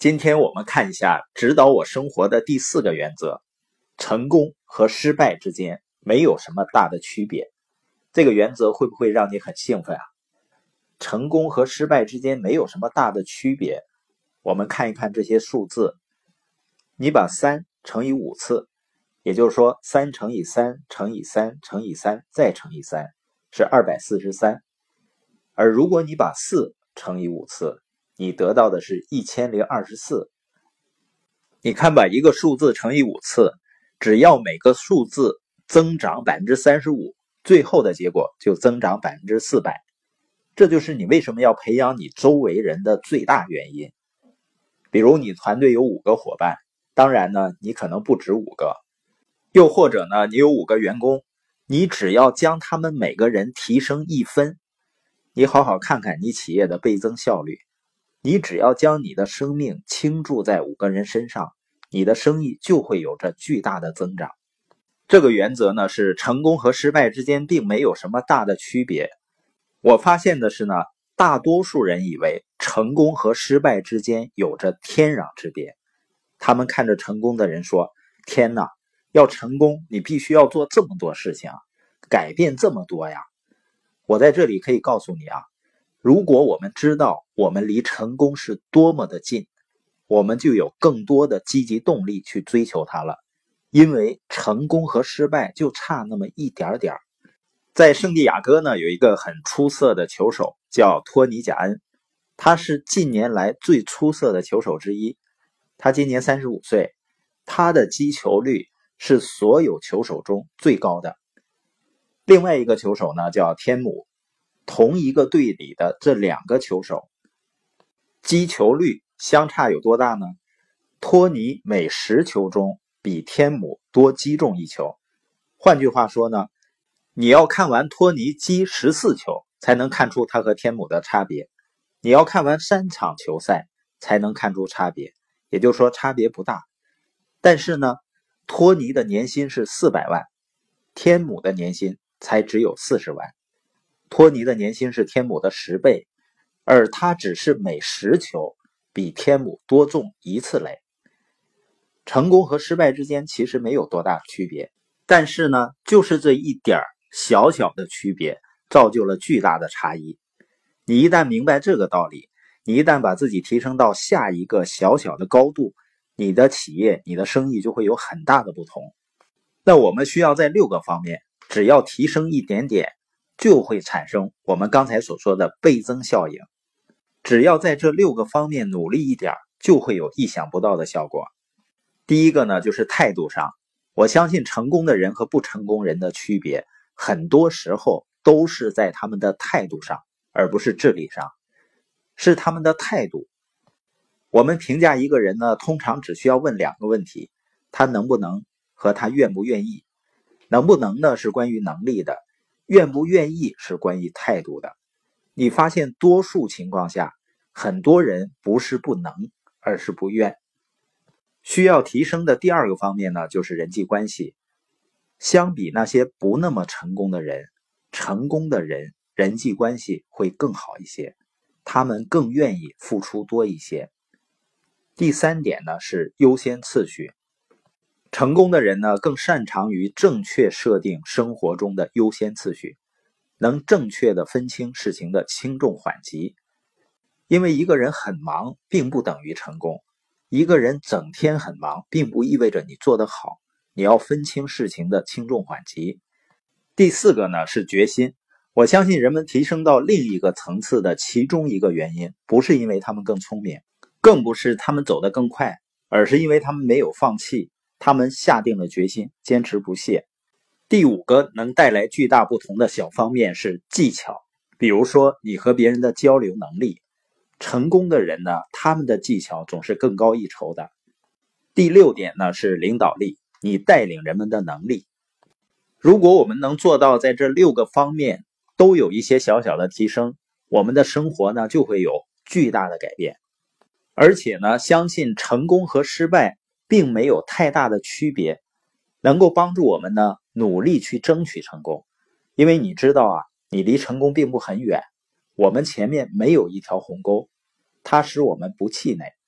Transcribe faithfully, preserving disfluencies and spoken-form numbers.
今天我们看一下指导我生活的第四个原则：成功和失败之间没有什么大的区别。这个原则会不会让你很兴奋啊？成功和失败之间没有什么大的区别。我们看一看这些数字，你把三乘以五次，也就是说三乘以三乘以三乘以三再乘以三是二百四十三。而如果你把四乘以五次，你得到的是一千零二十四。你看吧，一个数字乘以五次，只要每个数字增长 百分之三十五， 最后的结果就增长 百分之四百。 这就是你为什么要培养你周围人的最大原因。比如你团队有五个伙伴，当然呢你可能不止五个，又或者呢你有五个员工，你只要将他们每个人提升一分，你好好看看你企业的倍增效率。你只要将你的生命倾注在五个人身上，你的生意就会有着巨大的增长。这个原则呢，是成功和失败之间并没有什么大的区别。我发现的是呢，大多数人以为成功和失败之间有着天壤之别。他们看着成功的人说，天哪，要成功你必须要做这么多事情，改变这么多呀。我在这里可以告诉你啊，如果我们知道我们离成功是多么的近，我们就有更多的积极动力去追求它了。因为成功和失败就差那么一点点。在圣地亚哥呢，有一个很出色的球手叫托尼贾恩，他是近年来最出色的球手之一。他今年三十五岁，他的击球率是所有球手中最高的。另外一个球手呢叫天姆，同一个队里的这两个球手击球率相差有多大呢？托尼每十球中比天姆多击中一球。换句话说呢，你要看完托尼击十四球才能看出他和天姆的差别，你要看完三场球赛才能看出差别，也就是说差别不大。但是呢，托尼的年薪是四百万，天姆的年薪才只有四十万。托尼的年薪是天姆的十倍，而他只是每十球比天姆多中一次垒。成功和失败之间其实没有多大区别，但是呢，就是这一点小小的区别造就了巨大的差异。你一旦明白这个道理，你一旦把自己提升到下一个小小的高度，你的企业、你的生意就会有很大的不同。那我们需要在六个方面，只要提升一点点，就会产生我们刚才所说的倍增效应。只要在这六个方面努力一点，就会有意想不到的效果。第一个呢，就是态度上。我相信成功的人和不成功人的区别，很多时候都是在他们的态度上，而不是智力上，是他们的态度。我们评价一个人呢，通常只需要问两个问题：他能不能和他愿不愿意。能不能呢，是关于能力的，愿不愿意是关于态度的。你发现多数情况下，很多人不是不能，而是不愿。需要提升的第二个方面呢，就是人际关系。相比那些不那么成功的人，成功的人人际关系会更好一些，他们更愿意付出多一些。第三点呢，是优先次序。成功的人呢，更擅长于正确设定生活中的优先次序，能正确的分清事情的轻重缓急。因为一个人很忙并不等于成功，一个人整天很忙并不意味着你做得好，你要分清事情的轻重缓急。第四个呢，是决心。我相信人们提升到另一个层次的其中一个原因，不是因为他们更聪明，更不是他们走得更快，而是因为他们没有放弃，他们下定了决心，坚持不懈。第五个能带来巨大不同的小方面是技巧，比如说你和别人的交流能力。成功的人呢，他们的技巧总是更高一筹的。第六点呢，是领导力，你带领人们的能力。如果我们能做到在这六个方面都有一些小小的提升，我们的生活呢就会有巨大的改变。而且呢，相信成功和失败并没有太大的区别，能够帮助我们呢努力去争取成功。因为你知道啊，你离成功并不很远，我们前面没有一条鸿沟，它使我们不气馁。